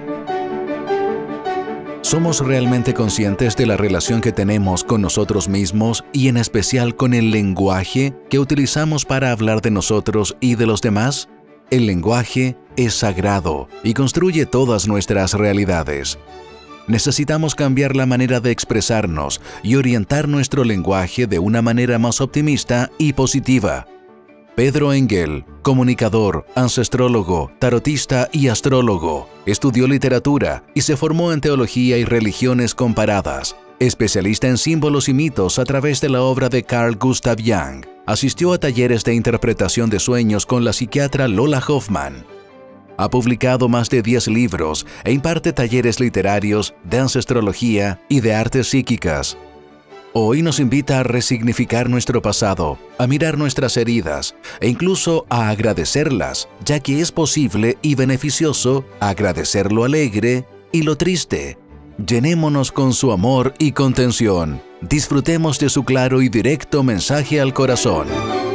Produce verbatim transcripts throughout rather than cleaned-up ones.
¿Somos realmente conscientes de la relación que tenemos con nosotros mismos y en especial con el lenguaje que utilizamos para hablar de nosotros y de los demás? El lenguaje es sagrado y construye todas nuestras realidades. Necesitamos cambiar la manera de expresarnos y orientar nuestro lenguaje de una manera más optimista y positiva. Pedro Engel, comunicador, ancestrólogo, tarotista y astrólogo, estudió literatura y se formó en teología y religiones comparadas. Especialista en símbolos y mitos a través de la obra de Carl Gustav Jung, asistió a talleres de interpretación de sueños con la psiquiatra Lola Hoffman. Ha publicado más de diez libros e imparte talleres literarios, de ancestrología y de artes psíquicas. Hoy nos invita a resignificar nuestro pasado, a mirar nuestras heridas e incluso a agradecerlas, ya que es posible y beneficioso agradecer lo alegre y lo triste. Llenémonos con su amor y contención. Disfrutemos de su claro y directo mensaje al corazón.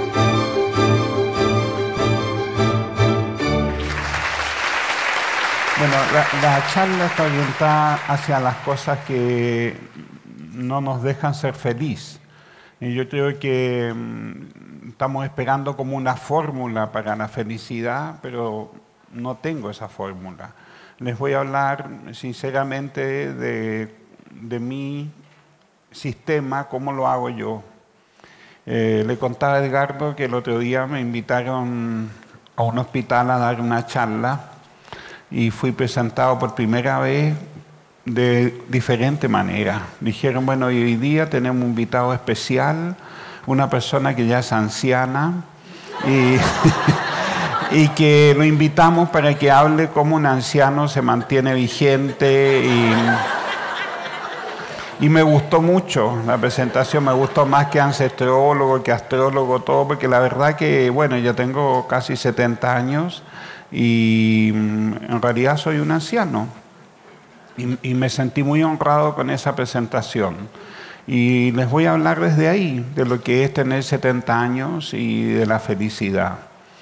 Bueno, la, la charla está orientada hacia las cosas que no nos dejan ser felices. Y yo creo que mmm, estamos esperando como una fórmula para la felicidad, pero no tengo esa fórmula. Les voy a hablar sinceramente de, de mi sistema, cómo lo hago yo. Eh, le contaba a Edgardo que el otro día me invitaron a un hospital a dar una charla y fui presentado por primera vez de diferente manera. Dijeron, bueno, hoy día tenemos un invitado especial, una persona que ya es anciana y, y que lo invitamos para que hable cómo un anciano se mantiene vigente y, y me gustó mucho la presentación, me gustó más que ancestrólogo, que astrólogo, todo, porque la verdad que, bueno, yo tengo casi setenta años y en realidad soy un anciano. Y, y me sentí muy honrado con esa presentación. Y les voy a hablar desde ahí, de lo que es tener setenta años y de la felicidad.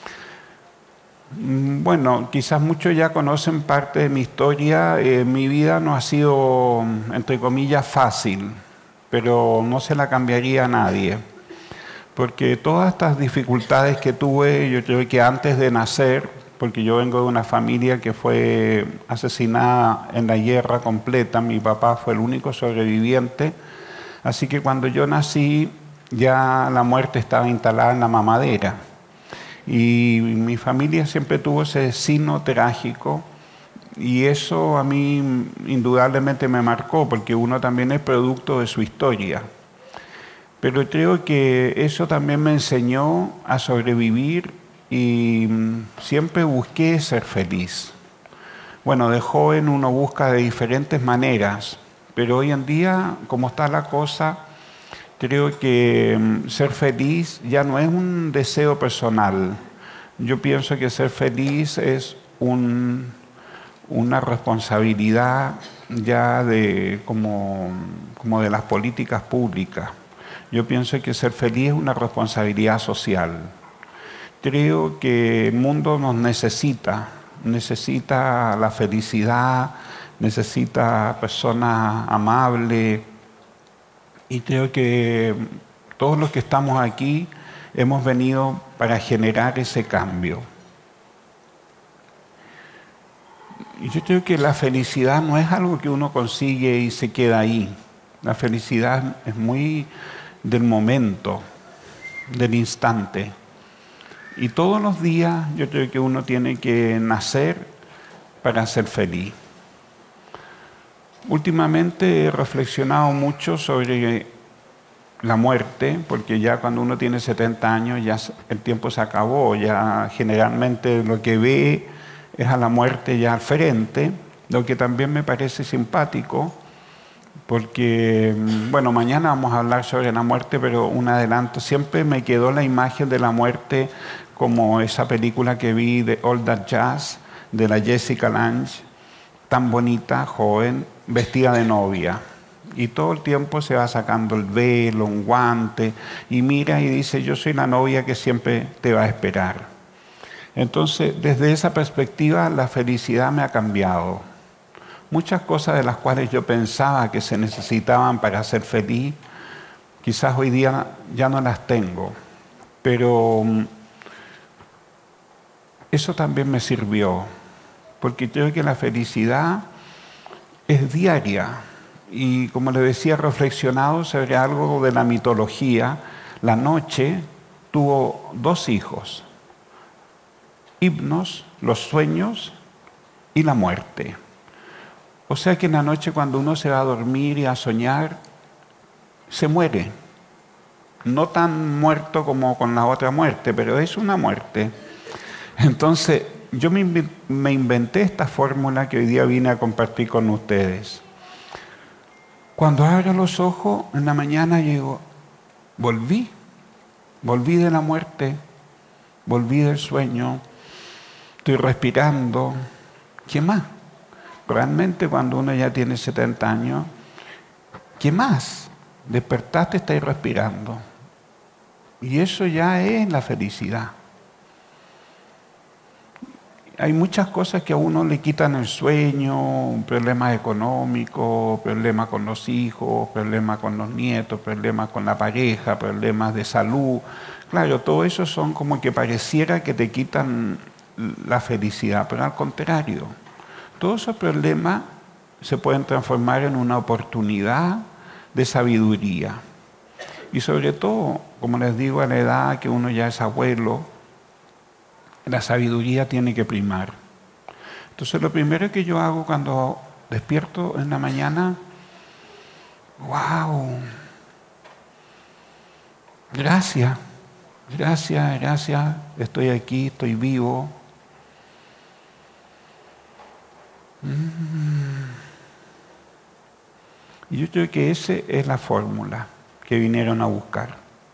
Bueno, quizás muchos ya conocen parte de mi historia. Eh, mi vida no ha sido, entre comillas, fácil, pero no se la cambiaría a nadie. Porque todas estas dificultades que tuve, yo creo que antes de nacer, porque yo vengo de una familia que fue asesinada en la guerra completa, mi papá fue el único sobreviviente, así que cuando yo nací ya la muerte estaba instalada en la mamadera. Y mi familia siempre tuvo ese signo trágico y eso a mí indudablemente me marcó, porque uno también es producto de su historia. Pero creo que eso también me enseñó a sobrevivir y siempre busqué ser feliz. Bueno, de joven uno busca de diferentes maneras, pero hoy en día, como está la cosa, creo que ser feliz ya no es un deseo personal. Yo pienso que ser feliz es un, una responsabilidad ya de, como, como de las políticas públicas. Yo pienso que ser feliz es una responsabilidad social. Creo que el mundo nos necesita, necesita la felicidad, necesita personas amables y creo que todos los que estamos aquí hemos venido para generar ese cambio. Y yo creo que la felicidad no es algo que uno consigue y se queda ahí. La felicidad es muy del momento, del instante. Y todos los días yo creo que uno tiene que nacer para ser feliz. Últimamente he reflexionado mucho sobre la muerte, porque ya cuando uno tiene setenta años ya el tiempo se acabó, ya generalmente lo que ve es a la muerte ya al frente, lo que también me parece simpático, porque, bueno, mañana vamos a hablar sobre la muerte, pero un adelanto, siempre me quedó la imagen de la muerte como esa película que vi de All That Jazz, de la Jessica Lange, tan bonita, joven, vestida de novia. Y todo el tiempo se va sacando el velo, un guante, y mira y dice, yo soy la novia que siempre te va a esperar. Entonces, desde esa perspectiva, la felicidad me ha cambiado. Muchas cosas de las cuales yo pensaba que se necesitaban para ser feliz, quizás hoy día ya no las tengo, pero eso también me sirvió, porque creo que la felicidad es diaria. Y como les decía, reflexionado sobre algo de la mitología, la noche tuvo dos hijos, hipnos, los sueños y la muerte. O sea que en la noche cuando uno se va a dormir y a soñar, se muere. No tan muerto como con la otra muerte, pero es una muerte. Entonces, yo me, me inventé esta fórmula que hoy día vine a compartir con ustedes. Cuando abro los ojos en la mañana, digo, volví, volví de la muerte, volví del sueño, estoy respirando. ¿Qué más? Realmente cuando uno ya tiene setenta años, ¿qué más? Despertaste, estáis respirando. Y eso ya es la felicidad. Hay muchas cosas que a uno le quitan el sueño, problemas económicos, problemas con los hijos, problemas con los nietos, problemas con la pareja, problemas de salud. Claro, todo eso son como que pareciera que te quitan la felicidad, pero al contrario. Todos esos problemas se pueden transformar en una oportunidad de sabiduría. Y sobre todo, como les digo, a la edad que uno ya es abuelo, la sabiduría tiene que primar. Entonces, lo primero que yo hago cuando despierto en la mañana, ¡wow! Gracias, gracias, gracias, estoy aquí, estoy vivo. Y yo creo que esa es la fórmula que vinieron a buscar.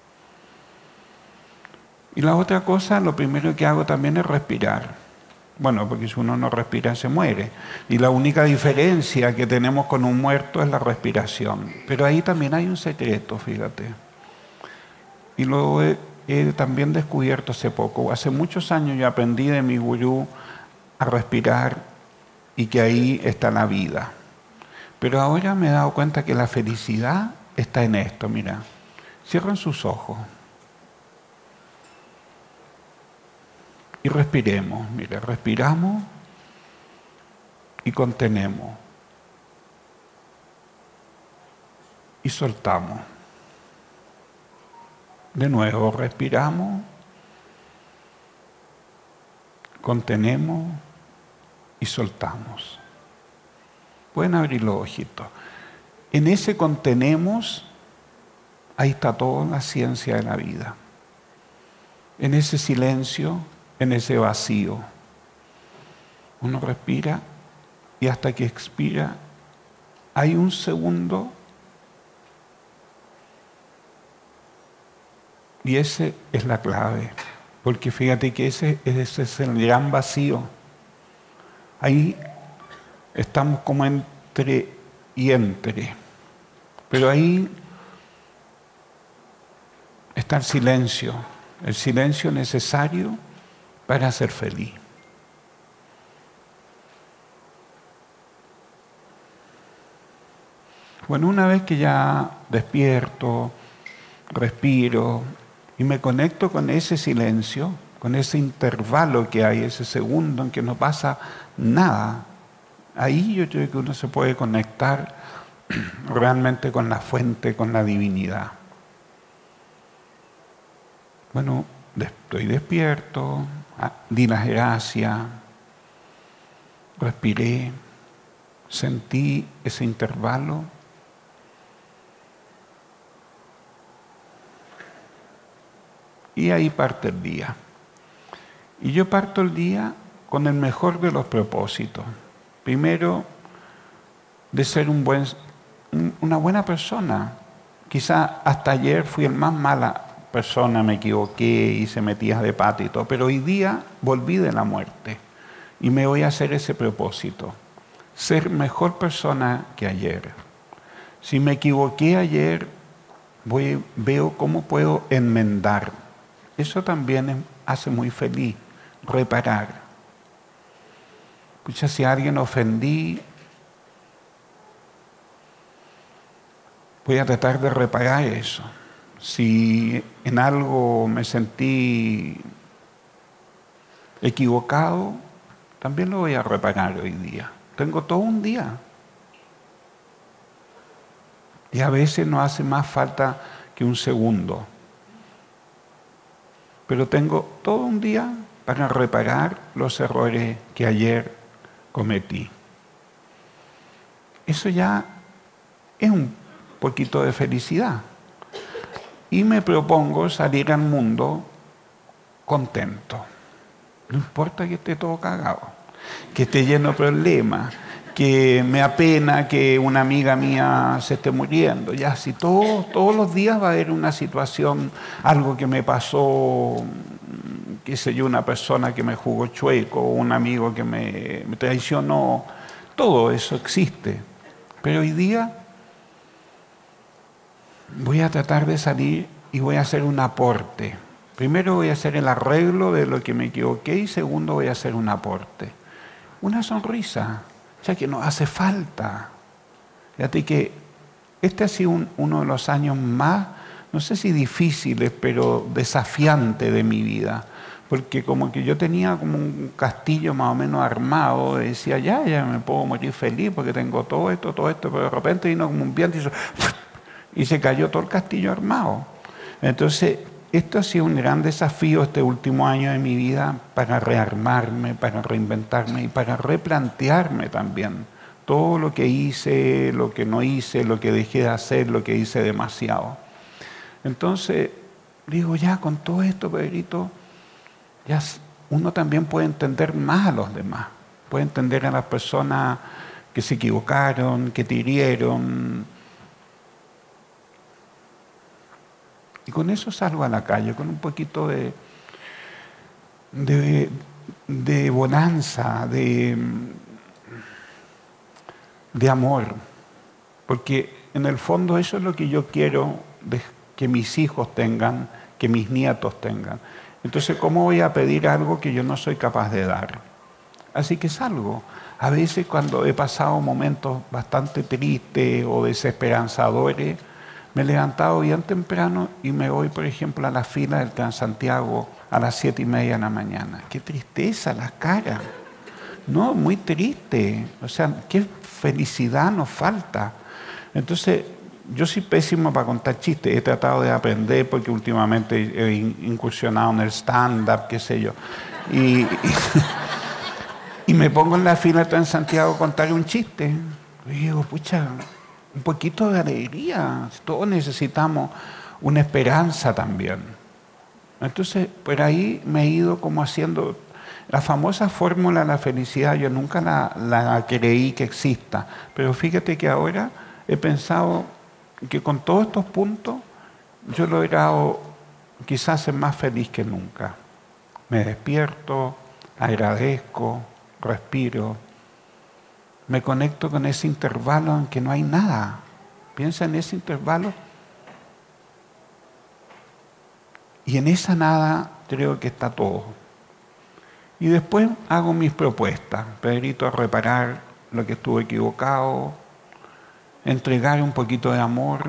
Y la otra cosa, lo primero que hago también es respirar. Bueno, porque si uno no respira se muere. Y la única diferencia que tenemos con un muerto es la respiración. Pero ahí también hay un secreto, fíjate. Y lo he, he también descubierto hace poco. Hace muchos años yo aprendí de mi gurú a respirar y que ahí está la vida. Pero ahora me he dado cuenta que la felicidad está en esto, mira. Cierren sus ojos. Y respiremos, mira, respiramos y contenemos. Y soltamos. De nuevo, respiramos, contenemos y soltamos. Pueden abrir los ojitos. En ese contenemos, ahí está toda la ciencia de la vida. En ese silencio, en ese vacío, uno respira y hasta que expira, hay un segundo y ese es la clave. Porque fíjate que ese, ese es el gran vacío. Ahí estamos como entre y entre. Pero ahí está el silencio, el silencio necesario para ser feliz. Bueno, una vez que ya despierto, respiro y me conecto con ese silencio, con ese intervalo que hay, ese segundo en que no pasa nada, ahí yo creo que uno se puede conectar realmente con la fuente, con la divinidad. Bueno, estoy despierto, di las gracias, respiré, sentí ese intervalo. Y ahí parte el día. Y yo parto el día con el mejor de los propósitos. Primero, de ser un buen, una buena persona. Quizá hasta ayer fui el más mala persona, me equivoqué, hice metidas de pata y todo, pero hoy día volví de la muerte y me voy a hacer ese propósito. Ser mejor persona que ayer. Si me equivoqué ayer, voy, veo cómo puedo enmendar. Eso también hace muy feliz, reparar. Escucha, si a alguien ofendí, voy a tratar de reparar eso. Si en algo me sentí equivocado, también lo voy a reparar hoy día. Tengo todo un día. Y a veces no hace más falta que un segundo. Pero tengo todo un día para reparar los errores que ayer cometí. Eso ya es un poquito de felicidad. Y me propongo salir al mundo contento. No importa que esté todo cagado, que esté lleno de problemas, que me apena que una amiga mía se esté muriendo. Ya, si todo, todos los días va a haber una situación, algo que me pasó, qué sé yo, una persona que me jugó chueco, un amigo que me, me traicionó, todo eso existe. Pero hoy día voy a tratar de salir y voy a hacer un aporte. Primero voy a hacer el arreglo de lo que me equivoqué y segundo voy a hacer un aporte. Una sonrisa, ya que nos hace falta. Fíjate que este ha sido un, uno de los años más, no sé si difíciles, pero desafiantes de mi vida. Porque como que yo tenía como un castillo más o menos armado, decía, ya, ya me puedo morir feliz porque tengo todo esto, todo esto, pero de repente vino como un viento y, hizo, y se cayó todo el castillo armado. Entonces, esto ha sido un gran desafío este último año de mi vida para rearmarme, para reinventarme y para replantearme también todo lo que hice, lo que no hice, lo que dejé de hacer, lo que hice demasiado. Entonces, digo, ya con todo esto, Pedrito, ya uno también puede entender más a los demás, puede entender a las personas que se equivocaron, que te hirieron. Y con eso salgo a la calle, con un poquito de, de, de bonanza, de, de amor. Porque en el fondo eso es lo que yo quiero de, que mis hijos tengan, que mis nietos tengan. Entonces, ¿cómo voy a pedir algo que yo no soy capaz de dar? Así que salgo. A veces cuando he pasado momentos bastante tristes o desesperanzadores, me he levantado bien temprano y me voy, por ejemplo, a la fila del Transantiago a las siete y media de la mañana. ¡Qué tristeza las caras! No, muy triste. O sea, qué felicidad nos falta. Entonces, yo soy pésimo para contar chistes. He tratado de aprender porque últimamente he incursionado en el stand-up, qué sé yo. Y, y, y me pongo en la fila del Transantiago a contar un chiste. Y digo, pucha, un poquito de alegría. Todos necesitamos una esperanza también. Entonces, por ahí me he ido como haciendo la famosa fórmula de la felicidad. Yo nunca la, la creí que exista. Pero fíjate que ahora he pensado que con todos estos puntos yo he logrado quizás ser más feliz que nunca. Me despierto, agradezco, respiro. Me conecto con ese intervalo en que no hay nada. Piensa en ese intervalo. Y en esa nada creo que está todo. Y después hago mis propuestas. Pedrito, a reparar lo que estuve equivocado, entregar un poquito de amor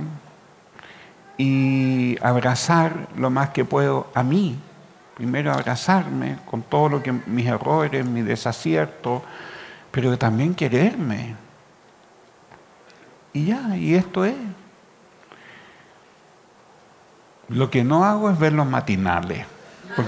y abrazar lo más que puedo a mí. Primero abrazarme con todo lo que mis errores, mis desaciertos, pero también quererme. Y ya, y esto es. Lo que no hago es ver los matinales. Porque,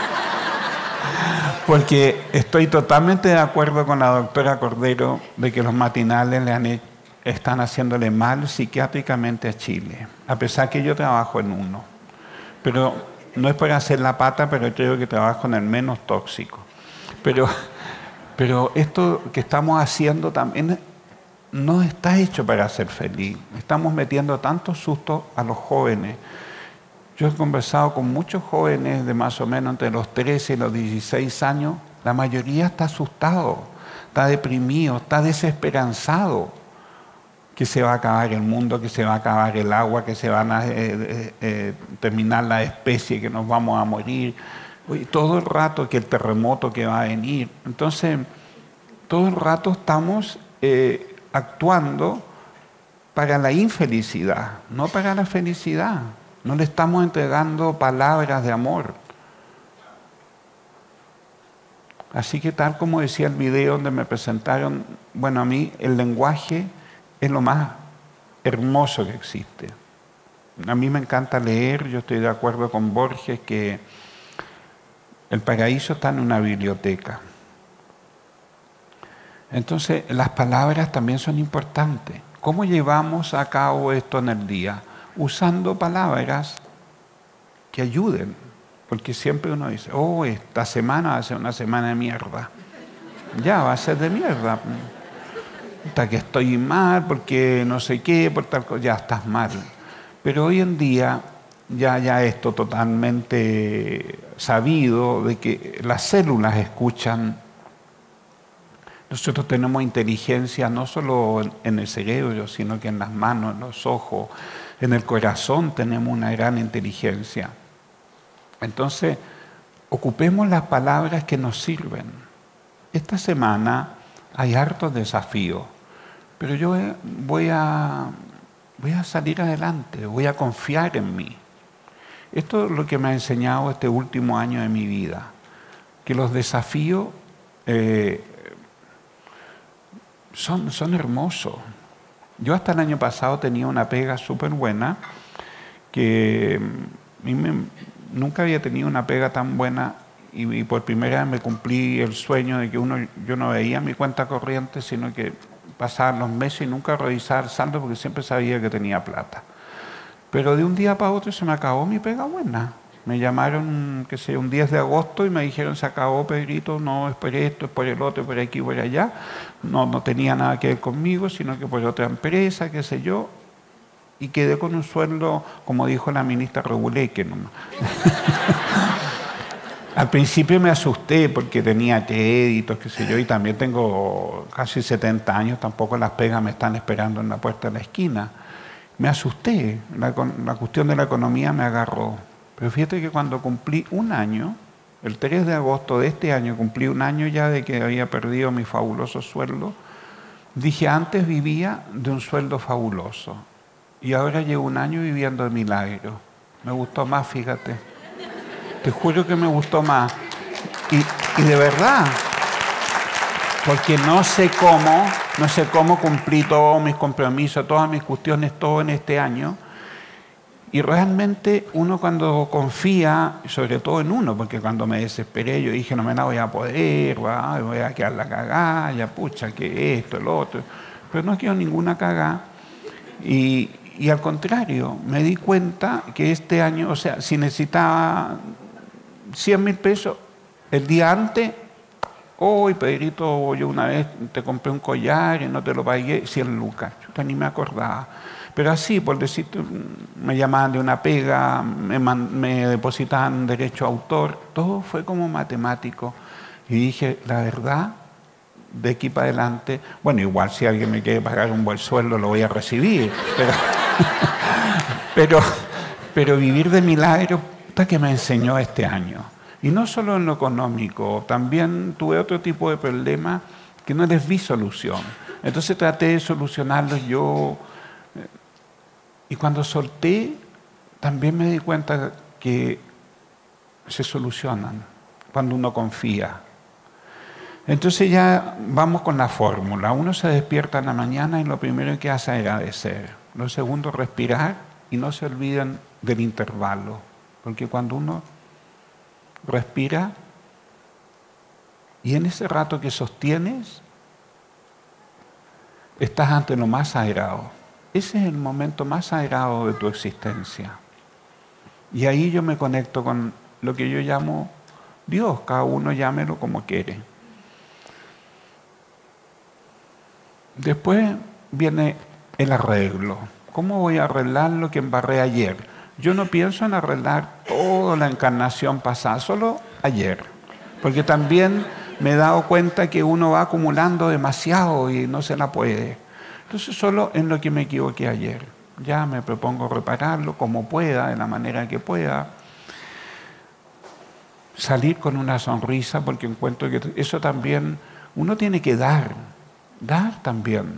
porque estoy totalmente de acuerdo con la doctora Cordero de que los matinales le han, están haciéndole mal psiquiátricamente a Chile. A pesar que yo trabajo en uno. Pero no es por hacer la pata, pero creo que trabajo en el menos tóxico. Pero... Pero esto que estamos haciendo también no está hecho para ser feliz. Estamos metiendo tantos sustos a los jóvenes. Yo he conversado con muchos jóvenes de más o menos entre los trece y los dieciséis años. La mayoría está asustado, está deprimido, está desesperanzado. Que se va a acabar el mundo, que se va a acabar el agua, que se van a eh, eh, eh, terminar la especie, que nos vamos a morir. Todo el rato que el terremoto que va a venir. Entonces, todo el rato estamos eh, actuando para la infelicidad, no para la felicidad. No le estamos entregando palabras de amor. Así que tal como decía el video donde me presentaron, bueno, a mí el lenguaje es lo más hermoso que existe. A mí me encanta leer, yo estoy de acuerdo con Borges que el paraíso está en una biblioteca. Entonces, las palabras también son importantes. ¿Cómo llevamos a cabo esto en el día? Usando palabras que ayuden. Porque siempre uno dice, oh, esta semana va a ser una semana de mierda. Ya, va a ser de mierda. Hasta que estoy mal, porque no sé qué, por tal cosa, ya estás mal. Pero hoy en día, ya, ya esto totalmente sabido, de que las células escuchan. Nosotros tenemos inteligencia no solo en el cerebro, sino que en las manos, en los ojos, en el corazón tenemos una gran inteligencia. Entonces, ocupemos las palabras que nos sirven. Esta semana hay hartos desafíos, pero yo voy a, voy a salir adelante, voy a confiar en mí. Esto es lo que me ha enseñado este último año de mi vida, que los desafíos eh, son, son hermosos. Yo hasta el año pasado tenía una pega súper buena, que a mí me, nunca había tenido una pega tan buena y, y por primera vez me cumplí el sueño de que uno, yo no veía mi cuenta corriente, sino que pasaban los meses y nunca revisaba el saldo porque siempre sabía que tenía plata. Pero de un día para otro se me acabó mi pega buena. Me llamaron, qué sé, un diez de agosto y me dijeron, se acabó, Pedrito, no es por esto, es por el otro, por aquí, por allá. No, no tenía nada que ver conmigo, sino que por otra empresa, qué sé yo. Y quedé con un sueldo, como dijo la ministra Reguleque nomás. Al principio me asusté porque tenía créditos, qué sé yo, y también tengo casi setenta años, tampoco las pegas me están esperando en la puerta de la esquina. Me asusté, la, la cuestión de la economía me agarró. Pero fíjate que cuando cumplí un año, el tres de agosto de este año, cumplí un año ya de que había perdido mi fabuloso sueldo, dije, antes vivía de un sueldo fabuloso y ahora llevo un año viviendo de milagro. Me gustó más, fíjate. Te juro que me gustó más. Y, y de verdad, porque no sé cómo, no sé cómo cumplí todos mis compromisos, todas mis cuestiones, todo en este año. Y realmente uno cuando confía, sobre todo en uno, porque cuando me desesperé yo dije, no me la voy a poder, voy a quedar la cagada, ya pucha, que esto, el otro. Pero no quiero ninguna cagada. Y, y al contrario, me di cuenta que este año, o sea, si necesitaba cien mil pesos, el día antes, hoy, Pedrito, yo una vez te compré un collar y no te lo pagué, cien lucas, yo ni me acordaba. Pero así, por decirte, me llamaban de una pega, me, me depositaban derecho a autor, todo fue como matemático. Y dije, la verdad, de aquí para adelante, bueno, igual si alguien me quiere pagar un buen sueldo lo voy a recibir, pero, pero, pero vivir de milagro, puta que me enseñó este año. Y no solo en lo económico, también tuve otro tipo de problemas que no les vi solución. Entonces traté de solucionarlos yo. Y cuando solté, también me di cuenta que se solucionan cuando uno confía. Entonces ya vamos con la fórmula. Uno se despierta en la mañana y lo primero que hace es agradecer. Lo segundo, respirar y no se olviden del intervalo. Porque cuando uno respira y en ese rato que sostienes, estás ante lo más sagrado. Ese es el momento más sagrado de tu existencia. Y ahí yo me conecto con lo que yo llamo Dios, cada uno llámelo como quiere. Después viene el arreglo. ¿Cómo voy a arreglar lo que embarré ayer? Yo no pienso en arreglar toda la encarnación pasada, solo ayer. Porque también me he dado cuenta que uno va acumulando demasiado y no se la puede. Entonces solo en lo que me equivoqué ayer. Ya me propongo repararlo como pueda, de la manera que pueda. Salir con una sonrisa, porque encuentro que eso también, uno tiene que dar, dar también.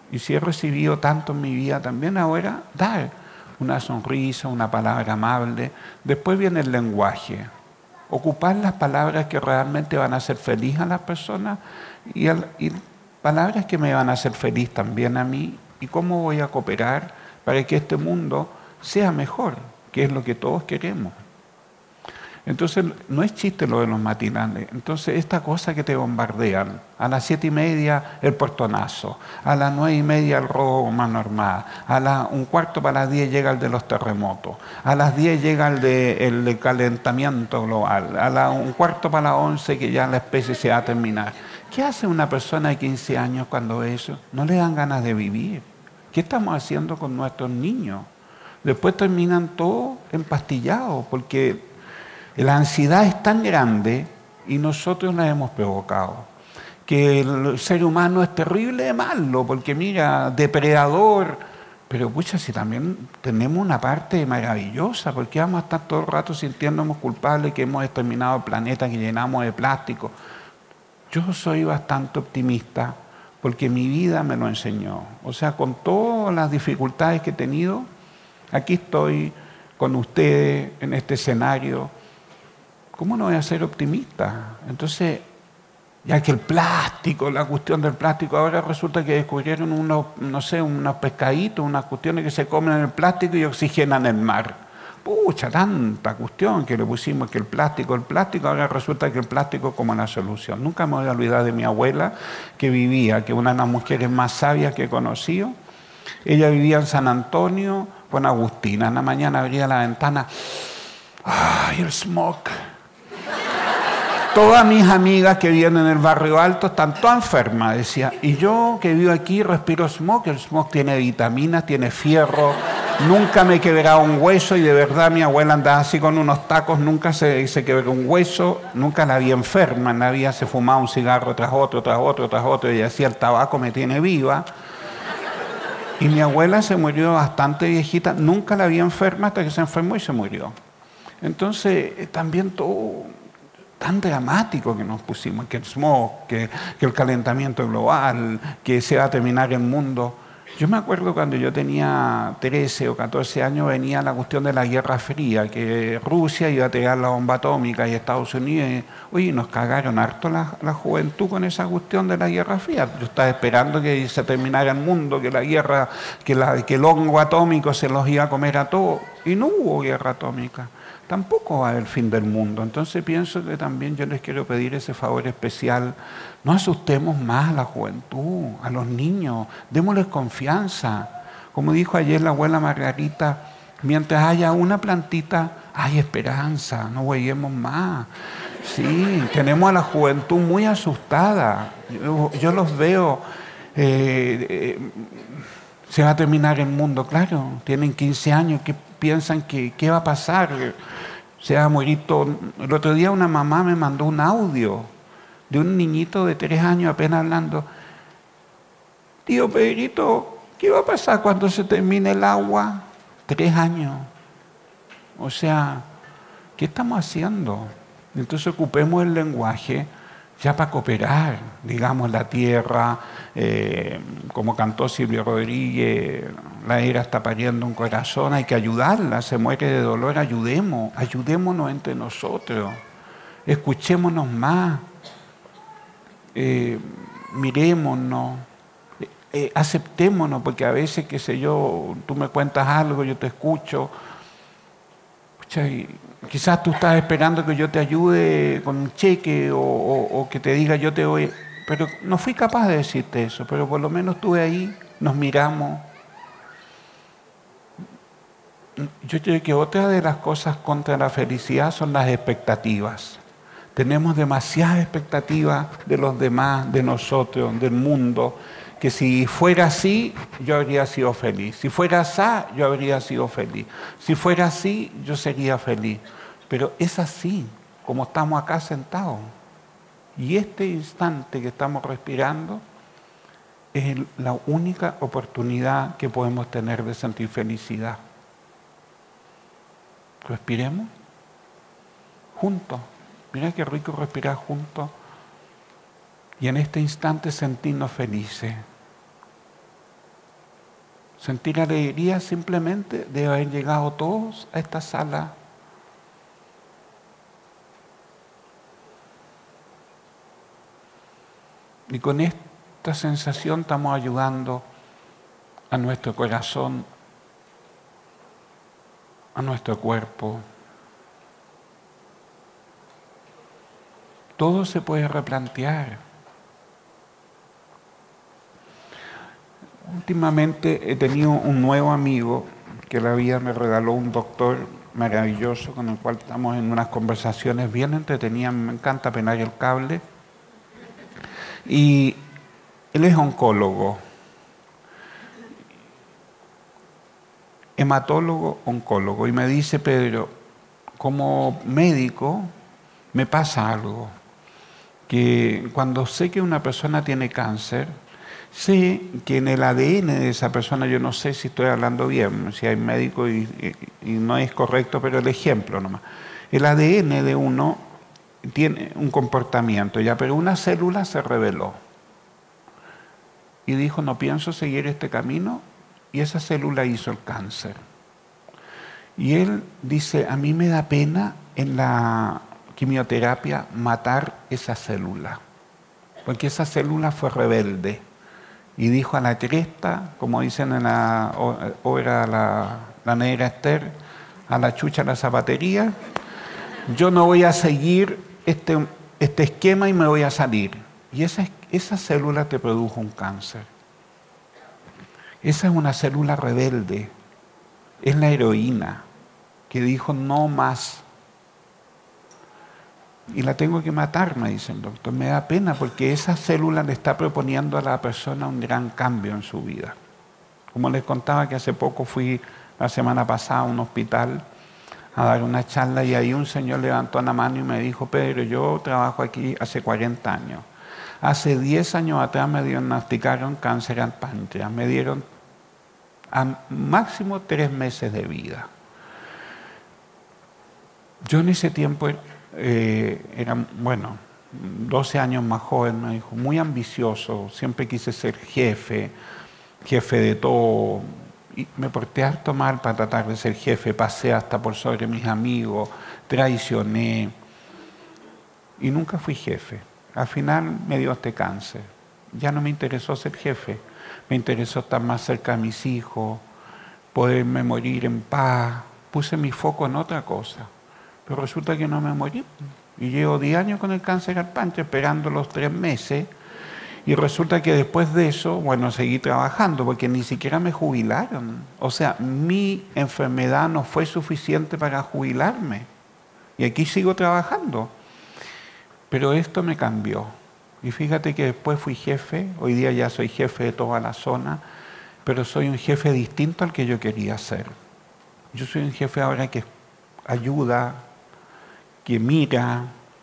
Y si he recibido tanto en mi vida, también ahora dar una sonrisa, una palabra amable. Después viene el lenguaje. Ocupar las palabras que realmente van a hacer feliz a las personas y, al, y palabras que me van a hacer feliz también a mí. Y cómo voy a cooperar para que este mundo sea mejor, que es lo que todos queremos. Entonces, no es chiste lo de los matinales. Entonces, esta cosa que te bombardean, a las siete y media el portonazo, a las nueve y media el robo mano armada, a la, un cuarto para las diez llega el de los terremotos, a las diez llega el de, el de calentamiento global, a la, un cuarto para las once que ya la especie se va a terminar. ¿Qué hace una persona de quince años cuando ve eso? No le dan ganas de vivir. ¿Qué estamos haciendo con nuestros niños? Después terminan todos empastillados porque la ansiedad es tan grande y nosotros la hemos provocado. Que el ser humano es terrible de malo, porque mira, depredador, pero pucha, si también tenemos una parte maravillosa, porque vamos a estar todo el rato sintiéndonos culpables que hemos exterminado el planeta, que llenamos de plástico. Yo soy bastante optimista, porque mi vida me lo enseñó. O sea, con todas las dificultades que he tenido, aquí estoy con ustedes en este escenario. ¿Cómo no voy a ser optimista? Entonces, ya que el plástico, la cuestión del plástico, ahora resulta que descubrieron unos, no sé, unos pescaditos, unas cuestiones que se comen en el plástico y oxigenan el mar. Pucha, tanta cuestión que le pusimos que el plástico, el plástico, ahora resulta que el plástico es como la solución. Nunca me voy a olvidar de mi abuela que vivía, que una de las mujeres más sabias que he conocido. Ella vivía en San Antonio con Agustina. En la mañana abría la ventana. ¡Ay, el smog! Todas mis amigas que viven en el barrio alto están todas enfermas, decía. Y yo que vivo aquí respiro smog. El smog tiene vitaminas, tiene fierro. Nunca me he quebrado un hueso y de verdad mi abuela andaba así con unos tacos. Nunca se, se quebró un hueso. Nunca la vi enferma. En la vida se fumaba un cigarro tras otro, tras otro, tras otro. Y decía, el tabaco me tiene viva. Y mi abuela se murió bastante viejita. Nunca la vi enferma hasta que se enfermó y se murió. Entonces, también todo tan dramático que nos pusimos, que el smog, que, que el calentamiento global, que se va a terminar el mundo. Yo me acuerdo cuando yo tenía trece o catorce años, venía la cuestión de la Guerra Fría, que Rusia iba a tirar la bomba atómica y Estados Unidos, y, oye, nos cagaron harto la, la juventud con esa cuestión de la Guerra Fría. Yo estaba esperando que se terminara el mundo, que la guerra, que, la, que el hongo atómico se los iba a comer a todos, y no hubo guerra atómica. Tampoco va a haber el fin del mundo. Entonces pienso que también yo les quiero pedir ese favor especial. No asustemos más a la juventud, a los niños. Démosles confianza. Como dijo ayer la abuela Margarita, mientras haya una plantita, hay esperanza. No huellemos más. Sí, tenemos a la juventud muy asustada. Yo, yo los veo. Eh, eh, se va a terminar el mundo, claro. Tienen quince años. ¿Qué piensan que qué va a pasar? Se va a morir todo. El otro día una mamá me mandó un audio de un niñito de tres años apenas hablando. Tío Pedrito, ¿qué va a pasar cuando se termine el agua? Tres años. O sea, ¿qué estamos haciendo? Entonces ocupemos el lenguaje ya para cooperar, digamos, la tierra, eh, como cantó Silvio Rodríguez, la era está pariendo un corazón, hay que ayudarla, se muere de dolor, ayudemos, ayudémonos entre nosotros, escuchémonos más, eh, mirémonos, eh, eh, aceptémonos, porque a veces, qué sé yo, tú me cuentas algo, yo te escucho, pucha, y quizás tú estás esperando que yo te ayude con un cheque o, o, o que te diga yo te voy, pero no fui capaz de decirte eso, pero por lo menos estuve ahí, nos miramos. Yo creo que otra de las cosas contra la felicidad son las expectativas. Tenemos demasiadas expectativas de los demás, de nosotros, del mundo, que si fuera así, yo habría sido feliz. Si fuera así, yo habría sido feliz. Si fuera así, yo sería feliz. Pero es así, como estamos acá sentados. Y este instante que estamos respirando es la única oportunidad que podemos tener de sentir felicidad. Respiremos juntos. Mira qué rico respirar juntos. Y en este instante sentirnos felices. sentir alegría simplemente de haber llegado todos a esta sala. Y con esta sensación estamos ayudando a nuestro corazón, a nuestro cuerpo. Todo se puede replantear. Últimamente he tenido un nuevo amigo que la vida me regaló, un doctor maravilloso con el cual estamos en unas conversaciones bien entretenidas. Me encanta pelar el cable. Y él es oncólogo, hematólogo, oncólogo. Y me dice: Pedro, como médico me pasa algo, que cuando sé que una persona tiene cáncer, sé que en el A D N de esa persona, yo no sé si estoy hablando bien, si hay médico y, y, y no es correcto, pero el ejemplo nomás. El A D N de uno tiene un comportamiento, ya, pero una célula se rebeló y dijo: no pienso seguir este camino, y esa célula hizo el cáncer. Y él dice: a mí me da pena en la quimioterapia matar esa célula, porque esa célula fue rebelde y dijo a la cresta, como dicen en la obra La, la Negra Esther, a la chucha la zapatería, yo no voy a seguir este, este esquema y me voy a salir. Y esa, esa célula te produjo un cáncer. Esa es una célula rebelde. Es la heroína que dijo: no más. Y la tengo que matar, me dice el doctor. Me da pena porque esa célula le está proponiendo a la persona un gran cambio en su vida. Como les contaba que hace poco fui, la semana pasada, a un hospital a dar una charla, y ahí un señor levantó la mano y me dijo: Pedro, yo trabajo aquí hace cuarenta años. Hace diez años atrás me diagnosticaron cáncer al páncreas. Me dieron a máximo tres meses de vida. Yo en ese tiempo eh, era, bueno, doce años más joven, me dijo, muy ambicioso, siempre quise ser jefe, jefe de todo. Y me porté harto mal para tratar de ser jefe, pasé hasta por sobre mis amigos, traicioné y nunca fui jefe. Al final me dio este cáncer. Ya no me interesó ser jefe, me interesó estar más cerca de mis hijos, poderme morir en paz. Puse mi foco en otra cosa, pero resulta que no me morí. Y llevo diez años con el cáncer al páncreas, esperando los tres meses. Y resulta que después de eso, bueno, seguí trabajando porque ni siquiera me jubilaron. O sea, mi enfermedad no fue suficiente para jubilarme. Y aquí sigo trabajando. Pero esto me cambió. Y fíjate que después fui jefe, hoy día ya soy jefe de toda la zona, pero soy un jefe distinto al que yo quería ser. Yo soy un jefe ahora que ayuda, que mira,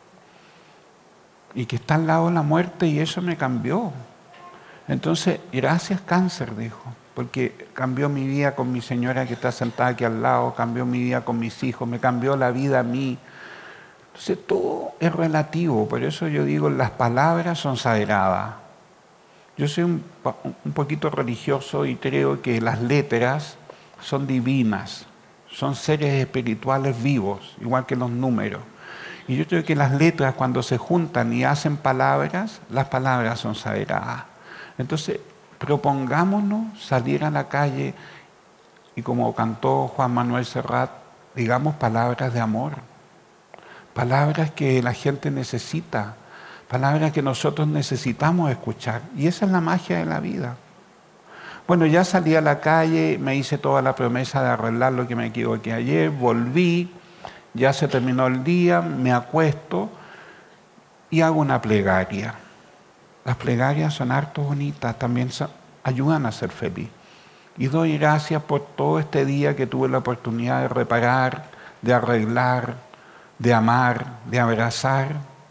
y que está al lado de la muerte, y eso me cambió. Entonces, gracias cáncer, dijo, porque cambió mi vida con mi señora que está sentada aquí al lado, cambió mi vida con mis hijos, me cambió la vida a mí. Entonces, todo es relativo, por eso yo digo, las palabras son sagradas. Yo soy un, un poquito religioso y creo que las letras son divinas, son seres espirituales vivos, igual que los números. Y yo creo que las letras, cuando se juntan y hacen palabras, las palabras son sagradas. Entonces, propongámonos salir a la calle y, como cantó Juan Manuel Serrat, digamos palabras de amor, palabras que la gente necesita, palabras que nosotros necesitamos escuchar. Y esa es la magia de la vida. Bueno, ya salí a la calle, me hice toda la promesa de arreglar lo que me equivoqué ayer, volví. Ya se terminó el día, me acuesto y hago una plegaria. Las plegarias son harto bonitas, también son, ayudan a ser feliz. Y doy gracias por todo este día que tuve la oportunidad de reparar, de arreglar, de amar, de abrazar.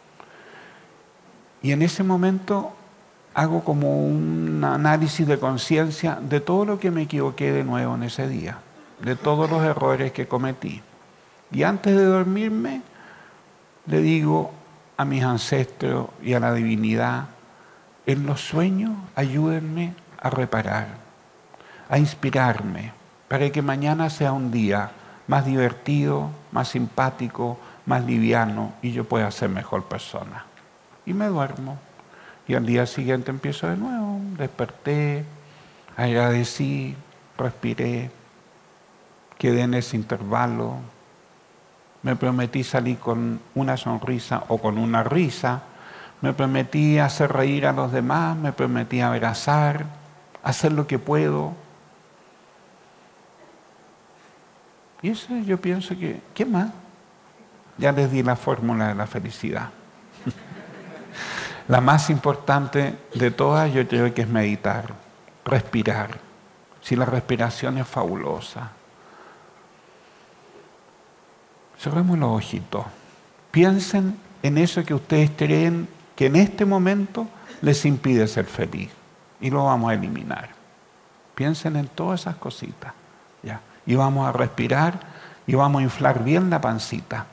Y en ese momento hago como un análisis de conciencia de todo lo que me equivoqué de nuevo en ese día, de todos los errores que cometí. Y antes de dormirme, le digo a mis ancestros y a la divinidad, en los sueños ayúdenme a reparar, a inspirarme, para que mañana sea un día más divertido, más simpático, más liviano y yo pueda ser mejor persona. Y me duermo. Y al día siguiente empiezo de nuevo. Desperté, agradecí, respiré, quedé en ese intervalo. Me prometí salir con una sonrisa o con una risa. Me prometí hacer reír a los demás, me prometí abrazar, hacer lo que puedo. Y eso yo pienso que, ¿qué más? Ya les di la fórmula de la felicidad. La más importante de todas yo creo que es meditar, respirar. Si la respiración es fabulosa. Cerremos los ojitos. Piensen en eso que ustedes creen que en este momento les impide ser feliz. Y lo vamos a eliminar. Piensen en todas esas cositas. ¿Ya? Y vamos a respirar y vamos a inflar bien la pancita.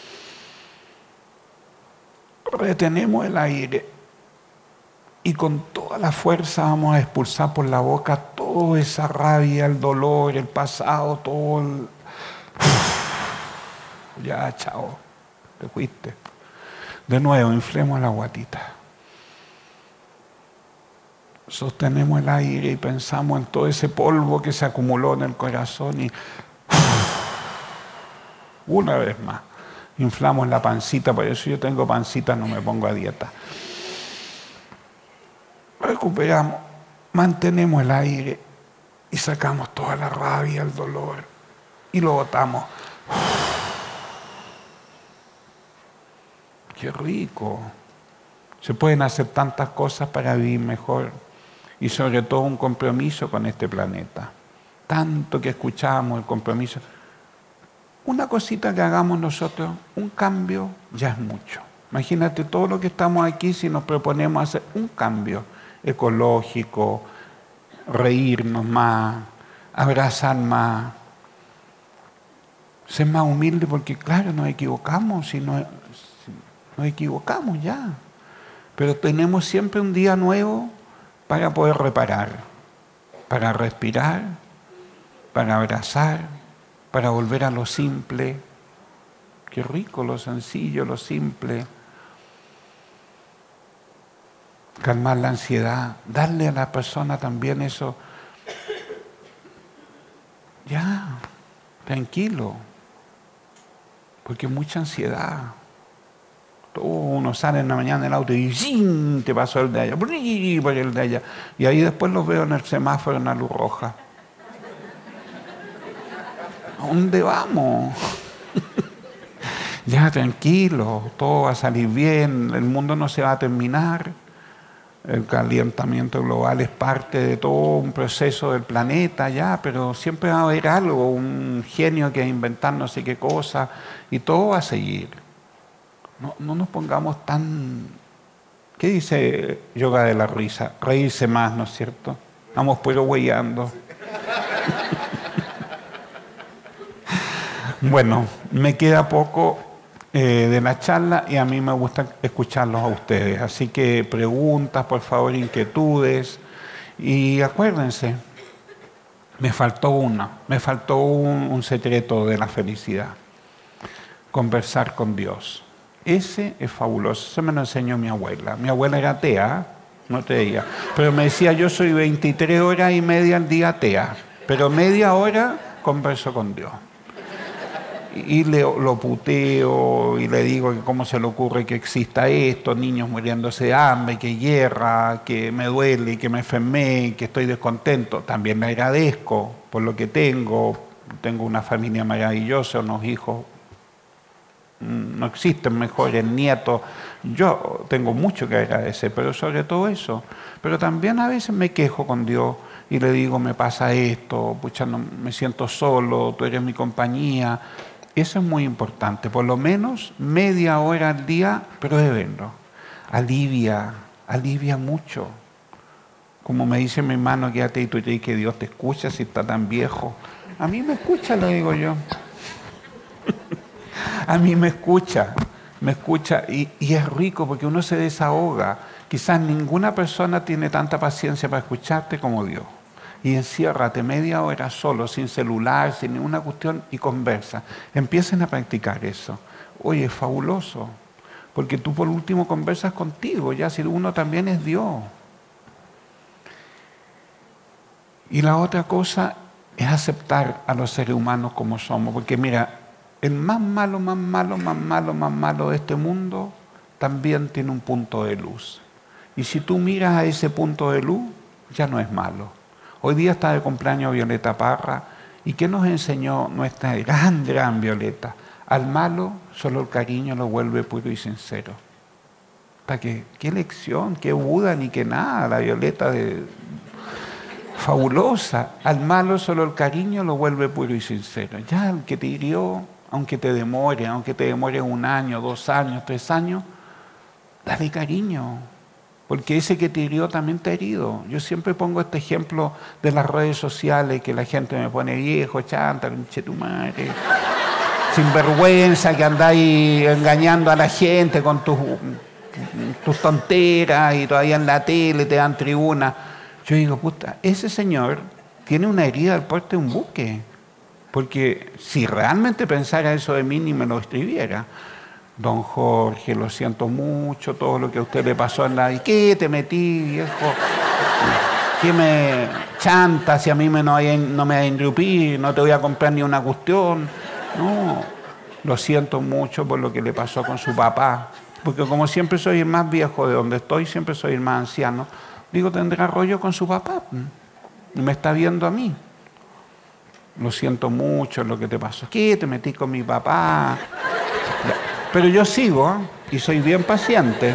Retenemos el aire y con toda la fuerza vamos a expulsar por la boca toda esa rabia, el dolor, el pasado, todo el... Ya, chao, te fuiste. De nuevo, inflemos la guatita. Sostenemos el aire y pensamos en todo ese polvo que se acumuló en el corazón y una vez más inflamos la pancita. Por eso yo tengo pancita, no me pongo a dieta. Recuperamos, mantenemos el aire y sacamos toda la rabia, el dolor y lo botamos. ¡Qué rico! Se pueden hacer tantas cosas para vivir mejor. Y sobre todo un compromiso con este planeta. Tanto que escuchamos el compromiso. Una cosita que hagamos nosotros, un cambio, ya es mucho. Imagínate todo lo que estamos aquí si nos proponemos hacer un cambio ecológico, reírnos más, abrazar más, ser más humilde porque claro, nos equivocamos, si no, si nos equivocamos ya. Pero tenemos siempre un día nuevo para poder reparar, para respirar, para abrazar, para volver a lo simple. Qué rico, lo sencillo, lo simple. Calmar la ansiedad, darle a la persona también eso. Ya, tranquilo, porque mucha ansiedad. Todo uno sale en la mañana del auto y ¡zing! Te pasó el de allá, por el de allá. Y ahí después los veo en el semáforo en la luz roja. ¿A dónde vamos? Ya, tranquilo, todo va a salir bien, el mundo no se va a terminar. El calentamiento global es parte de todo un proceso del planeta ya, pero siempre va a haber algo, un genio que va a inventar no sé qué cosa, y todo va a seguir. No, no nos pongamos tan... ¿Qué dice yoga de la risa? Reírse más, ¿no es cierto? Vamos pero hueando. Bueno, me queda poco eh, de la charla y a mí me gusta escucharlos a ustedes. Así que preguntas, por favor, inquietudes. Y acuérdense, me faltó una, me faltó un, un secreto de la felicidad. Conversar con Dios. Ese es fabuloso. Eso me lo enseñó mi abuela. Mi abuela era atea, no te diga. Pero me decía, yo soy veintitrés horas y media al día atea. Pero media hora converso con Dios. Y le, lo puteo y le digo que cómo se le ocurre que exista esto, niños muriéndose de hambre, que guerra, que me duele, que me enfermé, que estoy descontento. También le agradezco por lo que tengo. Tengo una familia maravillosa, unos hijos, no existen mejores nietos. Yo tengo mucho que agradecer, pero sobre todo eso. Pero también a veces me quejo con Dios y le digo, me pasa esto, pucha, no, me siento solo, tú eres mi compañía. Eso es muy importante, por lo menos media hora al día, pero de verlo. Alivia, alivia mucho. Como me dice mi hermano, quédate y tú crees que Dios te escucha si está tan viejo. A mí me escucha, le digo yo. A mí me escucha, me escucha y, y es rico porque uno se desahoga. Quizás ninguna persona tiene tanta paciencia para escucharte como Dios. y enciérrate media hora solo, sin celular, sin ninguna cuestión, y conversa. Empiecen a practicar eso. Oye, es fabuloso, porque tú por último conversas contigo, ya si uno también es Dios. Y la otra cosa es aceptar a los seres humanos como somos, porque mira, el más malo, más malo, más malo, más malo de este mundo también tiene un punto de luz. Y si tú miras a ese punto de luz, ya no es malo. Hoy día está de cumpleaños Violeta Parra. ¿Y qué nos enseñó nuestra gran, gran Violeta? Al malo solo el cariño lo vuelve puro y sincero. ¿Qué, qué lección, qué Buda, ni qué nada, la Violeta de... fabulosa. Al malo solo el cariño lo vuelve puro y sincero. Ya el que te hirió, aunque te demore, aunque te demore un año, dos años, tres años, dale cariño. Porque ese que te hirió también te ha herido. Yo siempre pongo este ejemplo de las redes sociales, que la gente me pone viejo, chanta, pinche tu madre, sinvergüenza, que andáis engañando a la gente con tus, tus tonteras y todavía en la tele te dan tribuna. Yo digo, puta, ese señor tiene una herida al porte de un buque. Porque si realmente pensara eso de mí, ni me lo escribiera. Don Jorge, lo siento mucho, todo lo que a usted le pasó en la... ¿Y qué te metí, viejo? ¿Qué me chanta si a mí me no, hay, no me va a engrupir? No te voy a comprar ni una cuestión. No, lo siento mucho por lo que le pasó con su papá. Porque como siempre soy el más viejo de donde estoy, siempre soy el más anciano. Digo, tendrá rollo con su papá. Y me está viendo a mí. Lo siento mucho lo que te pasó. ¿Qué te metí con mi papá? Pero yo sigo, ¿eh? Y soy bien paciente.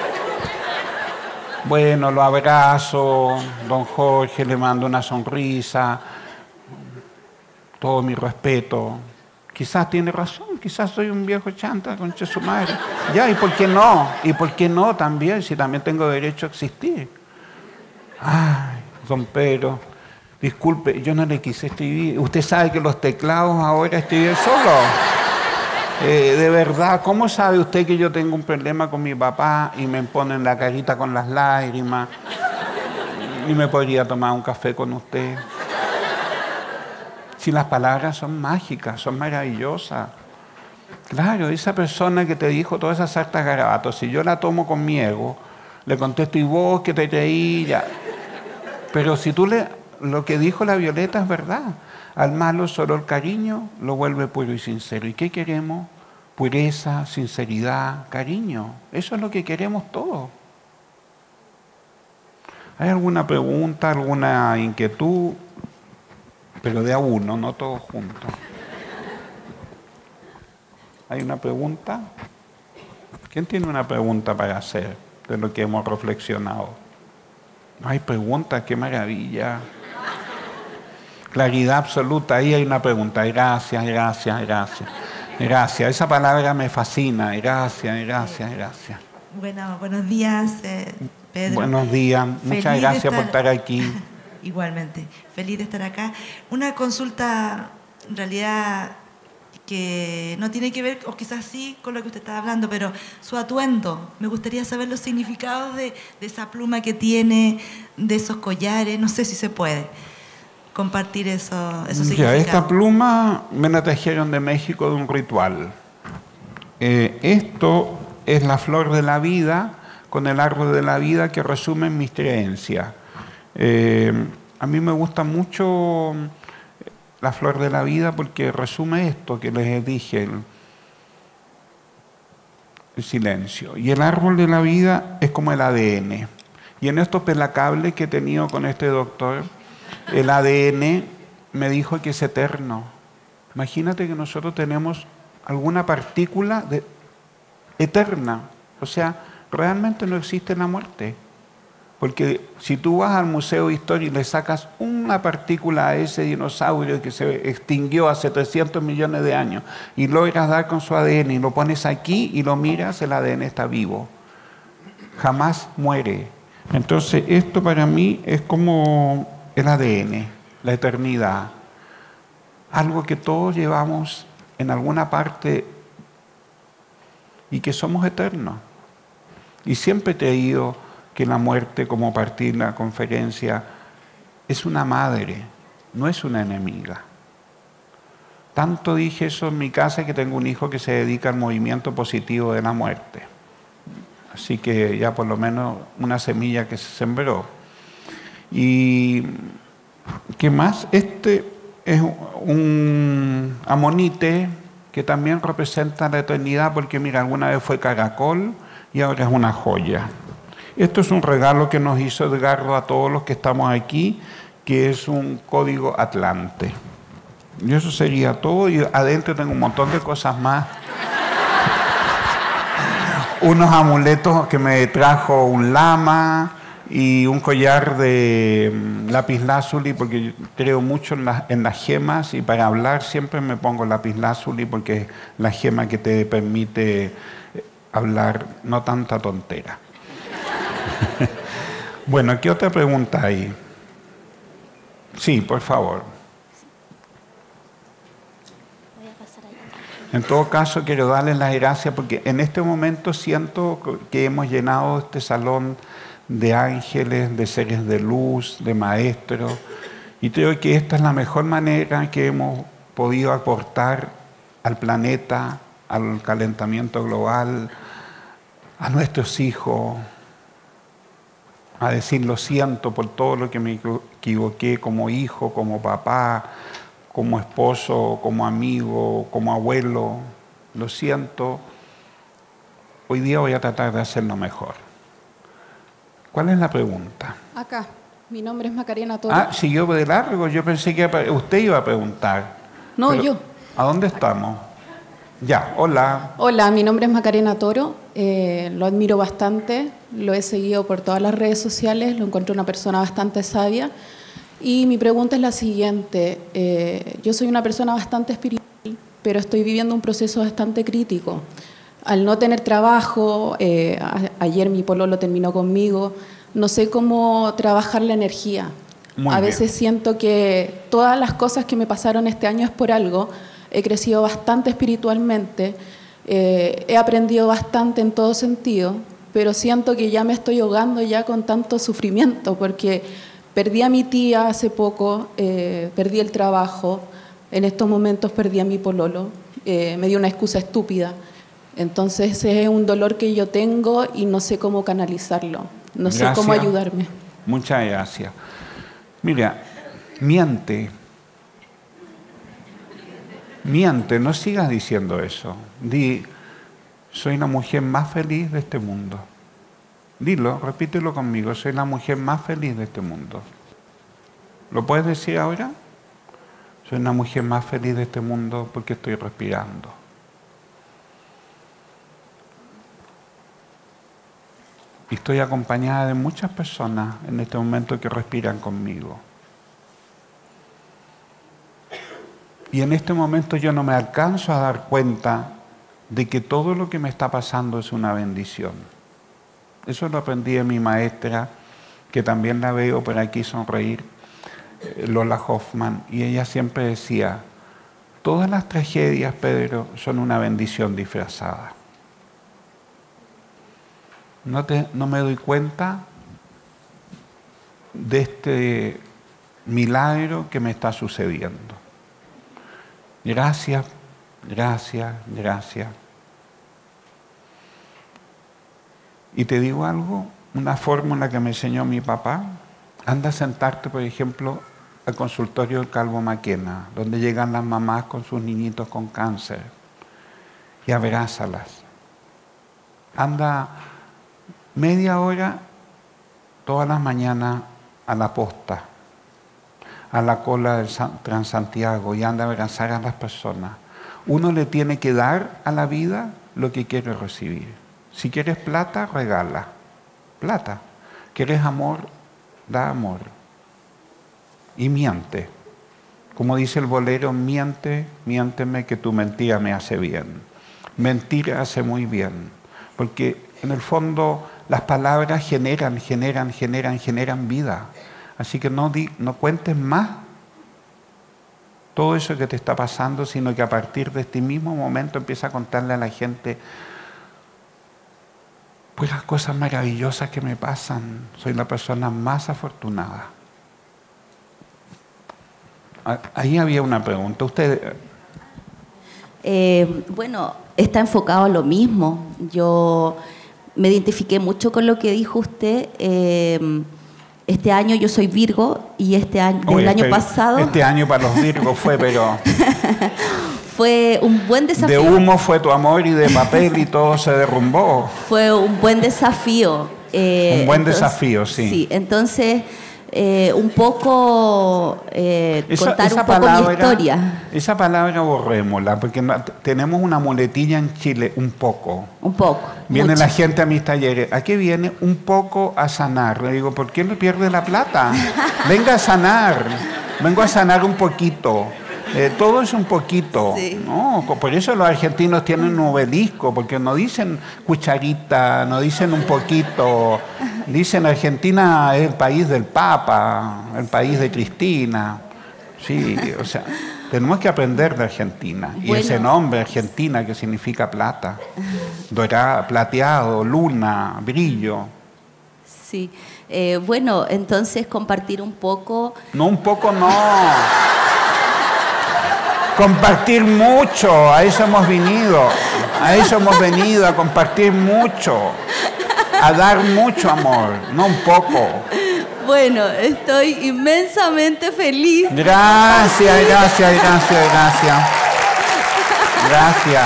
Bueno, lo abrazo, don Jorge, le mando una sonrisa, todo mi respeto. Quizás tiene razón, quizás soy un viejo chanta, concha su madre. Ya, ¿y por qué no? ¿Y por qué no también? Si también tengo derecho a existir. Ay, don Pedro, disculpe, yo no le quise escribir. Usted sabe que los teclados ahora escriben solo. Eh, de verdad, ¿cómo sabe usted que yo tengo un problema con mi papá y me ponen la carita con las lágrimas y me podría tomar un café con usted? Si las palabras son mágicas, son maravillosas. Claro, esa persona que te dijo todas esas sartas garabatos, si yo la tomo con mi ego, le contesto, y vos que te reí, ya. Pero si tú le... Lo que dijo la Violeta es verdad. Al malo solo el cariño lo vuelve puro y sincero. ¿Y qué queremos? Pureza, sinceridad, cariño. Eso es lo que queremos todos. ¿Hay alguna pregunta, alguna inquietud? Pero de a uno, no todos juntos. ¿Hay una pregunta? ¿Quién tiene una pregunta para hacer de lo que hemos reflexionado? No hay preguntas, qué maravilla. Claridad absoluta, ahí hay una pregunta. Gracias, gracias, gracias. Gracias, esa palabra me fascina. Gracias, gracias, gracias. Bueno, buenos días, eh, Pedro. Buenos días, muchas gracias estar... por estar aquí. Igualmente, feliz de estar acá. Una consulta, en realidad, que no tiene que ver, o quizás sí, con lo que usted estaba hablando, pero su atuendo. Me gustaría saber los significados de, de esa pluma que tiene, de esos collares, no sé si se puede compartir eso, esos significados. Ya, esta pluma me la trajeron de México de un ritual. Eh, esto es la flor de la vida con el árbol de la vida que resumen mis creencias. Eh, a mí me gusta mucho la flor de la vida porque resume esto que les dije, el, el silencio. Y el árbol de la vida es como el A D N. Y en estos pelacables que he tenido con este doctor, el A D N me dijo que es eterno. Imagínate que nosotros tenemos alguna partícula de, eterna. O sea, realmente no existe la muerte. Porque si tú vas al Museo de Historia y le sacas una partícula a ese dinosaurio que se extinguió hace trescientos millones de años y logras dar con su A D N y lo pones aquí y lo miras, el A D N está vivo. Jamás muere. Entonces, esto para mí es como el A D N, la eternidad. Algo que todos llevamos en alguna parte y que somos eternos. Y siempre te he ido que la muerte, como partí en la conferencia, es una madre, no es una enemiga. Tanto dije eso en mi casa que tengo un hijo que se dedica al movimiento positivo de la muerte. Así que ya por lo menos una semilla que se sembró. Y ¿qué más? Este es un amonite que también representa la eternidad, porque mira, alguna vez fue caracol y ahora es una joya. Esto es un regalo que nos hizo Edgardo a todos los que estamos aquí, que es un código Atlante. Y eso sería todo, y adentro tengo un montón de cosas más. Unos amuletos que me trajo un lama y un collar de lapislázuli, porque yo creo mucho en, la, en las gemas, y para hablar siempre me pongo lapislázuli porque es la gema que te permite hablar no tanta tontera. Bueno, ¿qué otra pregunta hay? Sí, por favor. En todo caso, quiero darles las gracias porque en este momento siento que hemos llenado este salón de ángeles, de seres de luz, de maestros, y creo que esta es la mejor manera que hemos podido aportar al planeta, al calentamiento global, a nuestros hijos, a decir lo siento por todo lo que me equivoqué como hijo, como papá, como esposo, como amigo, como abuelo. Lo siento. Hoy día voy a tratar de hacerlo mejor. ¿Cuál es la pregunta? Acá. Mi nombre es Macarena Toro. Ah, siguió de largo. Yo pensé que usted iba a preguntar. No, Pero, yo. ¿a dónde estamos? Ya, hola. Hola, mi nombre es Macarena Toro. Eh, lo admiro bastante. Lo he seguido por todas las redes sociales. Lo encuentro una persona bastante sabia. Y mi pregunta es la siguiente. Eh, yo soy una persona bastante espiritual, pero estoy viviendo un proceso bastante crítico. Al no tener trabajo, eh, a, ayer mi pololo terminó conmigo, no sé cómo trabajar la energía. Muy a bien. Veces siento que todas las cosas que me pasaron este año es por algo. He crecido bastante espiritualmente, eh, he aprendido bastante en todo sentido, pero siento que ya me estoy ahogando ya con tanto sufrimiento, porque perdí a mi tía hace poco, eh, perdí el trabajo, en estos momentos perdí a mi pololo, eh, me dio una excusa estúpida. Entonces ese es un dolor que yo tengo y no sé cómo canalizarlo, no gracias. sé cómo ayudarme. Muchas gracias. Mira, miente. Miente, no sigas diciendo eso. Di, soy la mujer más feliz de este mundo. Dilo, repítelo conmigo, soy la mujer más feliz de este mundo. ¿Lo puedes decir ahora? Soy la mujer más feliz de este mundo porque estoy respirando. Y estoy acompañada de muchas personas en este momento que respiran conmigo. Y en este momento yo no me alcanzo a dar cuenta de que todo lo que me está pasando es una bendición. Eso lo aprendí de mi maestra, que también la veo por aquí sonreír, Lola Hoffman, y ella siempre decía, todas las tragedias, Pedro, son una bendición disfrazada. No, te, no me doy cuenta de este milagro que me está sucediendo. Gracias, gracias, gracias. Y te digo algo, una fórmula que me enseñó mi papá, anda a sentarte, por ejemplo, al consultorio del Calvo Maquena, donde llegan las mamás con sus niñitos con cáncer, y abrázalas. Anda media hora todas las mañanas a la posta, a la cola del Transantiago, y anda a abrazar a las personas. Uno le tiene que dar a la vida lo que quiere recibir. Si quieres plata, regala. Plata. ¿Quieres amor? Da amor. Y miente. Como dice el bolero, miente, miénteme que tu mentira me hace bien. Mentir hace muy bien. Porque en el fondo las palabras generan, generan, generan, generan vida. Así que no, di, no cuentes más todo eso que te está pasando, sino que a partir de este mismo momento empieza a contarle a la gente pues las cosas maravillosas que me pasan. Soy la persona más afortunada. ahí había una pregunta. Usted... Eh, bueno, está enfocado a lo mismo. Yo me identifiqué mucho con lo que dijo usted. Eh, este año yo soy Virgo y este año, Oye, el año este, pasado... Este año para los Virgos fue, pero... fue un buen desafío. De humo fue tu amor y de papel y todo se derrumbó. Fue un buen desafío. Eh, un buen entonces, desafío, sí. Sí, entonces... Eh, un poco eh, esa, contar esa un poco palabra, mi historia. Esa palabra borrémosla, porque no, tenemos una muletilla en Chile, un poco. Un poco. Viene mucho. la gente a mis talleres, ¿a qué viene? Un poco a sanar. Le digo, ¿por qué no pierde la plata? Venga a sanar, vengo a sanar un poquito. Eh, todo es un poquito, sí. ¿no? Por eso los argentinos tienen un obelisco, porque no dicen cucharita, no dicen un poquito, dicen Argentina es el país del Papa, el país de Cristina. Sí, o sea, tenemos que aprender de Argentina. Y bueno, ese nombre, Argentina, que significa plata, dorado, plateado, luna, brillo. Sí, eh, bueno, entonces compartir un poco... No, un poco no. Compartir mucho, a eso hemos venido, a eso hemos venido, a compartir mucho, a dar mucho amor, no un poco. Bueno, estoy inmensamente feliz. Gracias, gracias, gracias, gracias. Gracias.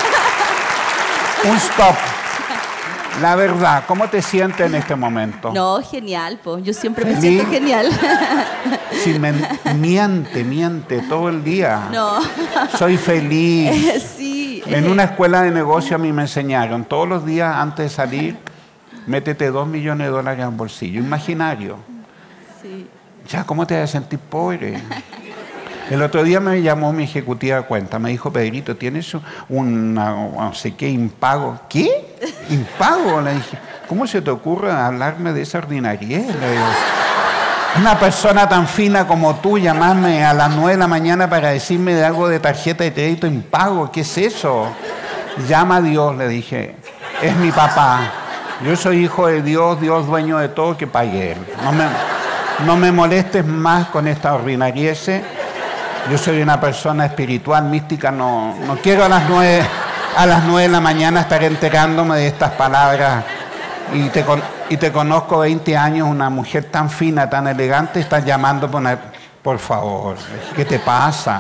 Un stop. La verdad, ¿cómo te sientes en este momento? No, genial, pues. Yo siempre me ¿Sí? siento genial. Si me miente, miente todo el día. No. Soy feliz. Sí. En una escuela de negocio a mí me enseñaron, todos los días antes de salir, métete dos millones de dólares en el bolsillo, imaginario. Sí. Ya, ¿cómo te vas a sentir pobre? El otro día me llamó mi ejecutiva de cuenta, me dijo, Pedrito, ¿tienes una, no sé qué, impago? ¿Qué? ¿Impago? Le dije, ¿cómo se te ocurre hablarme de esa ordinariedad? Le digo, una persona tan fina como tú llamarme a las nueve de la mañana para decirme de algo de tarjeta de crédito impago, ¿qué es eso? Llama a Dios, le dije, es mi papá, yo soy hijo de Dios, Dios dueño de todo, que pague Él. No me, no me molestes más con esta ordinariedad. Yo soy una persona espiritual, mística, no, no quiero a las nueve, a las nueve de la mañana estar enterándome de estas palabras. Y te, y te conozco veinte años, una mujer tan fina, tan elegante, estás llamando por, una, por favor, ¿qué te pasa?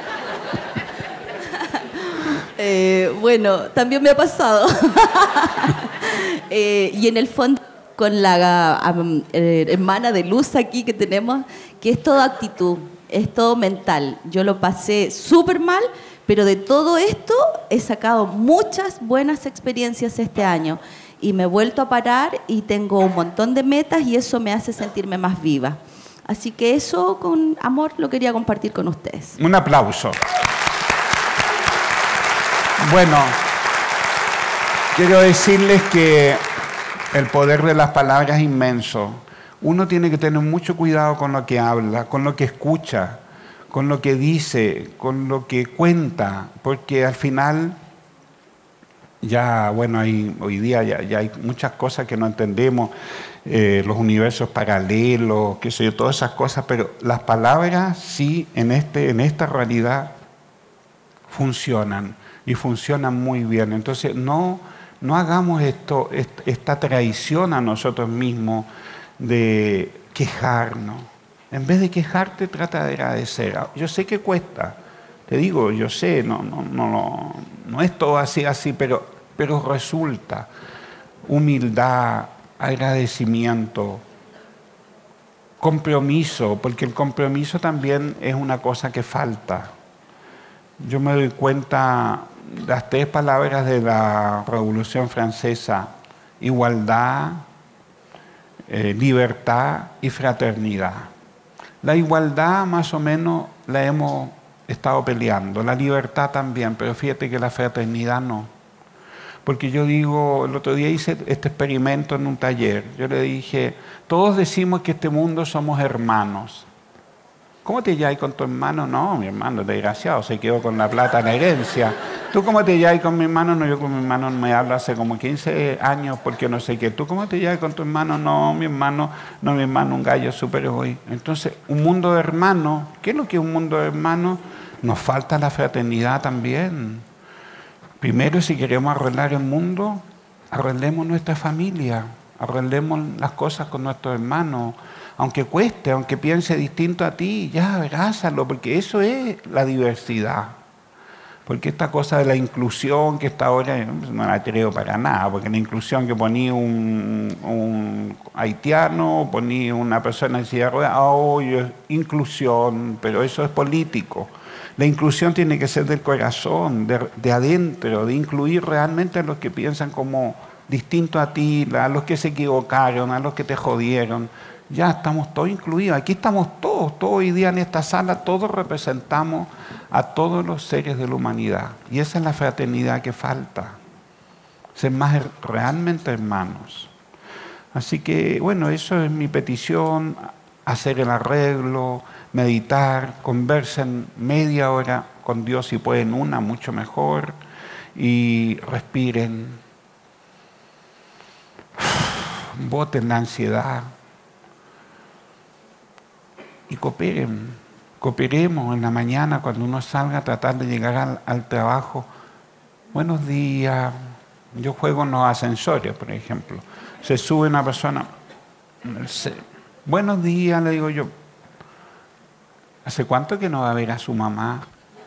Eh, bueno, también me ha pasado. eh, y en el fondo, con la um, eh, hermana de luz aquí que tenemos, que es toda actitud. Es todo mental. Yo lo pasé súper mal, pero de todo esto he sacado muchas buenas experiencias este año y me he vuelto a parar y tengo un montón de metas y eso me hace sentirme más viva. Así que eso con amor lo quería compartir con ustedes. Un aplauso. Bueno, quiero decirles que el poder de las palabras es inmenso. Uno tiene que tener mucho cuidado con lo que habla, con lo que escucha, con lo que dice, con lo que cuenta, porque al final ya, bueno, hay, hoy día ya, ya hay muchas cosas que no entendemos, eh, los universos paralelos, qué sé yo, todas esas cosas, pero las palabras sí en, este, en esta realidad funcionan y funcionan muy bien. Entonces no, no hagamos esto, esta traición a nosotros mismos, de quejarnos. En vez de quejarte, trata de agradecer. Yo sé que cuesta, te digo, yo sé, no, no, no, no, no es todo así, así, pero, pero resulta. Humildad, agradecimiento, compromiso, porque el compromiso también es una cosa que falta. Yo me doy cuenta de las tres palabras de la Revolución Francesa: igualdad, Eh, libertad y fraternidad. La igualdad más o menos la hemos estado peleando, la libertad también, pero fíjate que la fraternidad no. Porque yo digo, el otro día hice este experimento en un taller, yo le dije, todos decimos que este mundo somos hermanos. ¿Cómo te llevas con tu hermano? No, mi hermano es desgraciado, se quedó con la plata en la herencia. ¿Tú cómo te llevas con mi hermano? No, yo con mi hermano me hablo hace como quince años porque no sé qué. ¿Tú cómo te llevas con tu hermano? No, mi hermano, no, mi hermano, un gallo súper hoy. Entonces, un mundo de hermanos, ¿qué es lo que es un mundo de hermanos? Nos falta la fraternidad también. Primero, si queremos arreglar el mundo, arreglemos nuestra familia, arreglemos las cosas con nuestros hermanos. Aunque cueste, aunque piense distinto a ti, ya abrázalo, porque eso es la diversidad. Porque esta cosa de la inclusión que está ahora, no la creo para nada, porque la inclusión que ponía un, un haitiano, ponía una persona en silla de ruedas, oh, yo, inclusión, pero eso es político. La inclusión tiene que ser del corazón, de, de adentro, de incluir realmente a los que piensan como distinto a ti, a los que se equivocaron, a los que te jodieron. Ya estamos todos incluidos, aquí estamos todos, todos hoy día en esta sala, todos representamos a todos los seres de la humanidad. Y esa es la fraternidad que falta, ser más realmente hermanos. Así que, bueno, eso es mi petición, hacer el arreglo, meditar, conversen media hora con Dios, si pueden una, mucho mejor, y respiren, boten la ansiedad, y cooperen, cooperemos en la mañana cuando uno salga a tratar de llegar al, al trabajo. Buenos días. Yo juego en los ascensores, por ejemplo. Se sube una persona. Se, buenos días, le digo yo. ¿Hace cuánto que no va a ver a su mamá?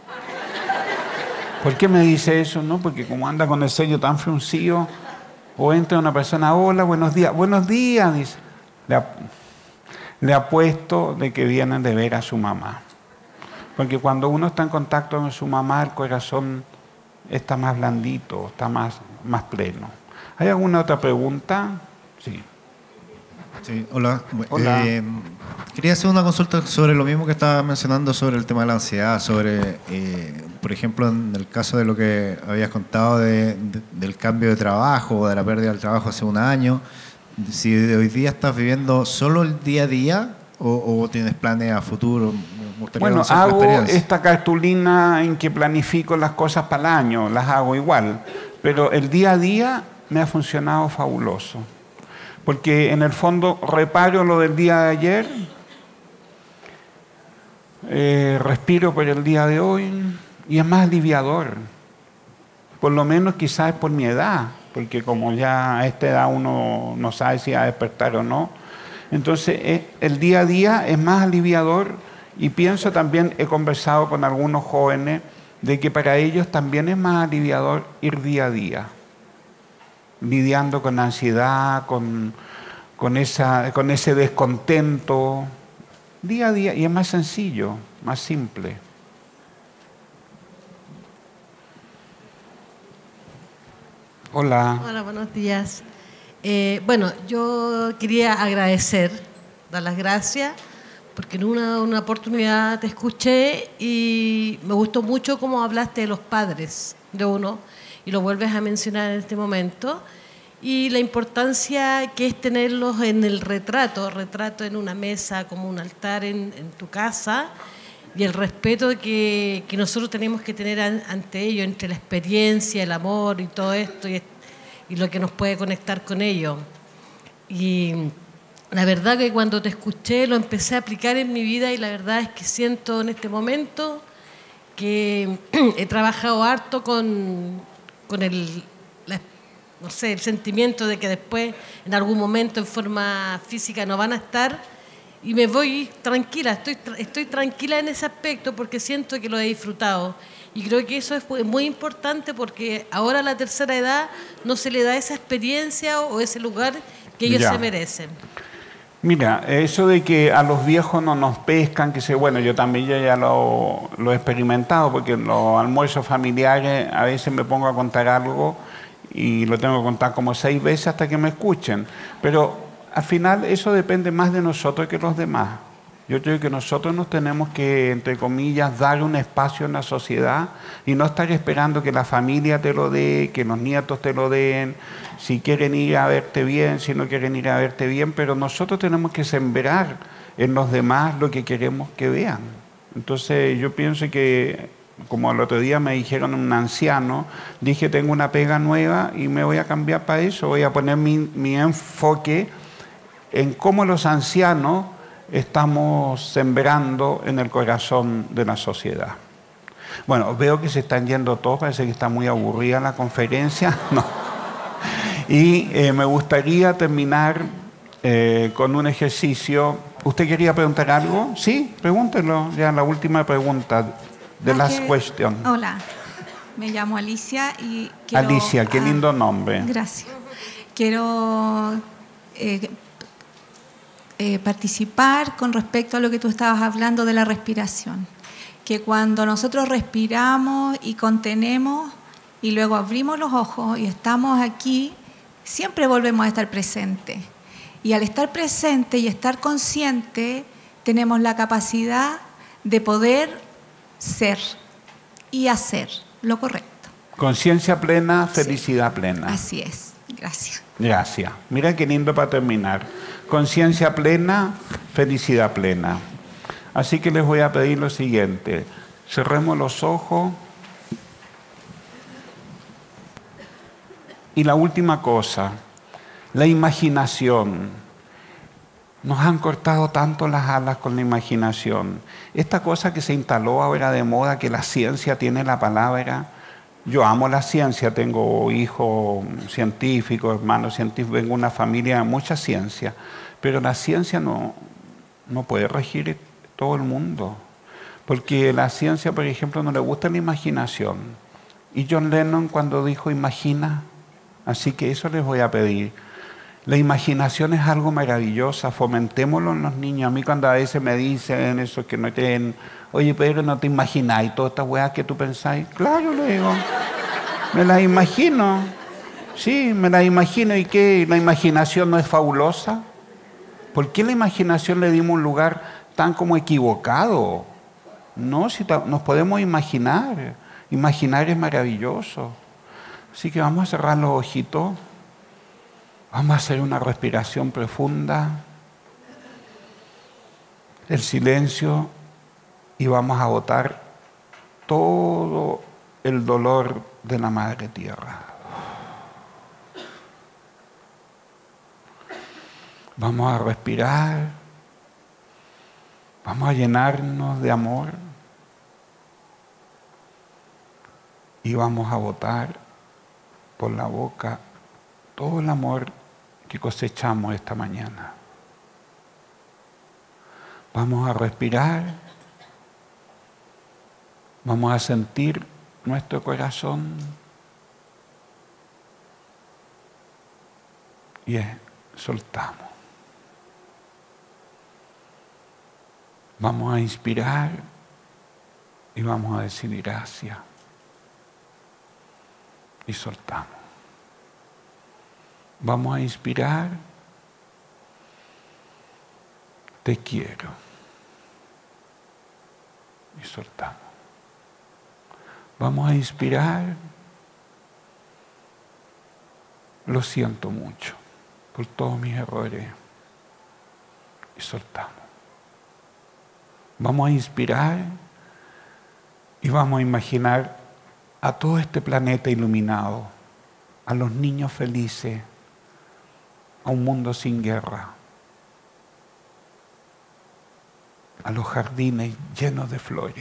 ¿Por qué me dice eso? No, porque como anda con el sello tan fruncido, o entra una persona, hola, buenos días. Buenos días, dice. Le, Le apuesto de que vienen de ver a su mamá. Porque cuando uno está en contacto con su mamá, el corazón está más blandito, está más, más pleno. ¿Hay alguna otra pregunta? Sí. Sí, hola. Hola. Eh, quería hacer una consulta sobre lo mismo que estaba mencionando sobre el tema de la ansiedad, sobre, eh, por ejemplo, en el caso de lo que habías contado de, de, del cambio de trabajo o de la pérdida del trabajo hace un año. Si hoy día estás viviendo solo el día a día o, o tienes planes a futuro. Bueno, hago esta cartulina en que planifico las cosas para el año, las hago igual, pero el día a día me ha funcionado fabuloso, porque en el fondo reparo lo del día de ayer, eh, respiro por el día de hoy y es más aliviador, por lo menos quizás es por mi edad, porque como ya a esta edad uno no sabe si va a despertar o no. Entonces, eh, el día a día es más aliviador y pienso también, he conversado con algunos jóvenes, de que para ellos también es más aliviador ir día a día, lidiando con la ansiedad, con, con, esa, con ese descontento, día a día, y es más sencillo, más simple. Hola. Hola, buenos días. Eh, bueno, yo quería agradecer, dar las gracias, porque en una, una oportunidad te escuché y me gustó mucho cómo hablaste de los padres de uno y lo vuelves a mencionar en este momento y la importancia que es tenerlos en el retrato, retrato en una mesa como un altar en, en tu casa y el respeto que, que nosotros tenemos que tener an, ante ellos, entre la experiencia, el amor y todo esto y, y lo que nos puede conectar con ellos. Y la verdad que cuando te escuché lo empecé a aplicar en mi vida y la verdad es que siento en este momento que he trabajado harto con, con el, la, no sé, el sentimiento de que después en algún momento en forma física no van a estar y me voy tranquila, estoy, estoy tranquila en ese aspecto porque siento que lo he disfrutado. Y creo que eso es muy importante porque ahora a la tercera edad no se le da esa experiencia o ese lugar que ellos ya se merecen. Mira, eso de que a los viejos no nos pescan, que sé, bueno, yo también ya, ya lo, lo he experimentado porque en los almuerzos familiares a veces me pongo a contar algo y lo tengo que contar como seis veces hasta que me escuchen. Pero al final eso depende más de nosotros que los demás. Yo creo que nosotros nos tenemos que, entre comillas, dar un espacio en la sociedad y no estar esperando que la familia te lo dé, que los nietos te lo den, si quieren ir a verte bien, si no quieren ir a verte bien, pero nosotros tenemos que sembrar en los demás lo que queremos que vean. Entonces yo pienso que como el otro día me dijeron un anciano, dije tengo una pega nueva y me voy a cambiar para eso, voy a poner mi, mi enfoque en cómo los ancianos estamos sembrando en el corazón de la sociedad. Bueno, veo que se están yendo todos, parece que está muy aburrida la conferencia. No. Y eh, me gustaría terminar eh, con un ejercicio. ¿Usted quería preguntar algo? Sí, pregúntelo. Ya la última pregunta de Ah, las que- cuestiones. Hola, me llamo Alicia y quiero... Alicia, qué ah, lindo nombre. Gracias. Quiero eh, eh, participar con respecto a lo que tú estabas hablando de la respiración. Que cuando nosotros respiramos y contenemos y luego abrimos los ojos y estamos aquí, siempre volvemos a estar presentes. Y al estar presente y estar consciente, tenemos la capacidad de poder ser y hacer lo correcto. Conciencia plena, Sí. felicidad plena. Así es. Gracias. Gracias. Mira qué lindo para terminar. Conciencia plena, felicidad plena. Así que les voy a pedir lo siguiente. Cerremos los ojos. Y la última cosa, la imaginación. Nos han cortado tanto las alas con la imaginación. Esta cosa que se instaló ahora de moda, que la ciencia tiene la palabra. Yo amo la ciencia, tengo hijos científicos, hermanos científicos, vengo de una familia de mucha ciencia, pero la ciencia no, no puede regir todo el mundo, porque la ciencia, por ejemplo, no le gusta la imaginación. Y John Lennon cuando dijo imagina, así que eso les voy a pedir. La imaginación es algo maravilloso, fomentémoslo en los niños. A mí cuando a veces me dicen eso, que no tienen, oye, Pedro, ¿no te imagináis todas estas weas que tú pensáis? Claro, le digo, me las imagino. Sí, me las imagino. ¿Y qué? ¿La imaginación no es fabulosa? ¿Por qué la imaginación le dimos un lugar tan como equivocado? No, si nos podemos imaginar. Imaginar es maravilloso. Así que vamos a cerrar los ojitos. Vamos a hacer una respiración profunda, el silencio, y vamos a botar todo el dolor de la Madre Tierra. Vamos a respirar, vamos a llenarnos de amor y vamos a botar por la boca todo el amor que cosechamos esta mañana. Vamos a respirar, vamos a sentir nuestro corazón y soltamos. Vamos a inspirar y vamos a decir gracias y soltamos. Vamos a inspirar, te quiero, y soltamos. Vamos a inspirar, lo siento mucho por todos mis errores, y soltamos. Vamos a inspirar y vamos a imaginar a todo este planeta iluminado, a los niños felices, a un mundo sin guerra, a los jardines llenos de flores.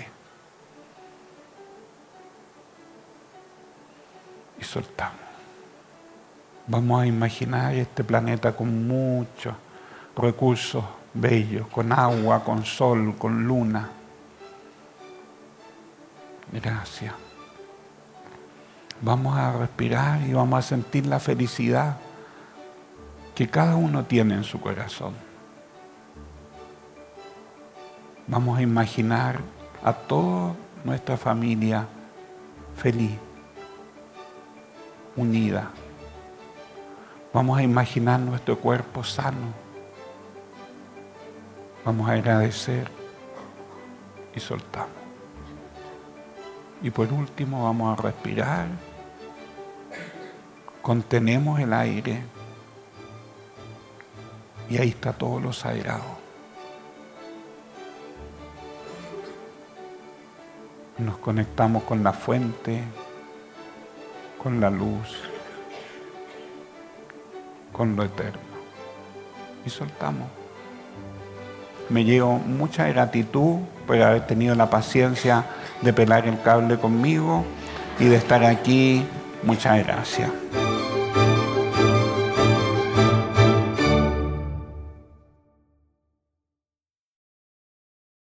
Y soltamos. Vamos a imaginar este planeta con muchos recursos bellos, con agua, con sol, con luna. Gracias. Vamos a respirar y vamos a sentir la felicidad que cada uno tiene en su corazón. Vamos a imaginar a toda nuestra familia feliz, unida. Vamos a imaginar nuestro cuerpo sano. Vamos a agradecer y soltamos. Y por último vamos a respirar. Contenemos el aire. Y ahí está todo lo sagrado. Nos conectamos con la fuente, con la luz, con lo eterno. Y soltamos. Me llevo mucha gratitud por haber tenido la paciencia de pelar el cable conmigo y de estar aquí. Muchas gracias.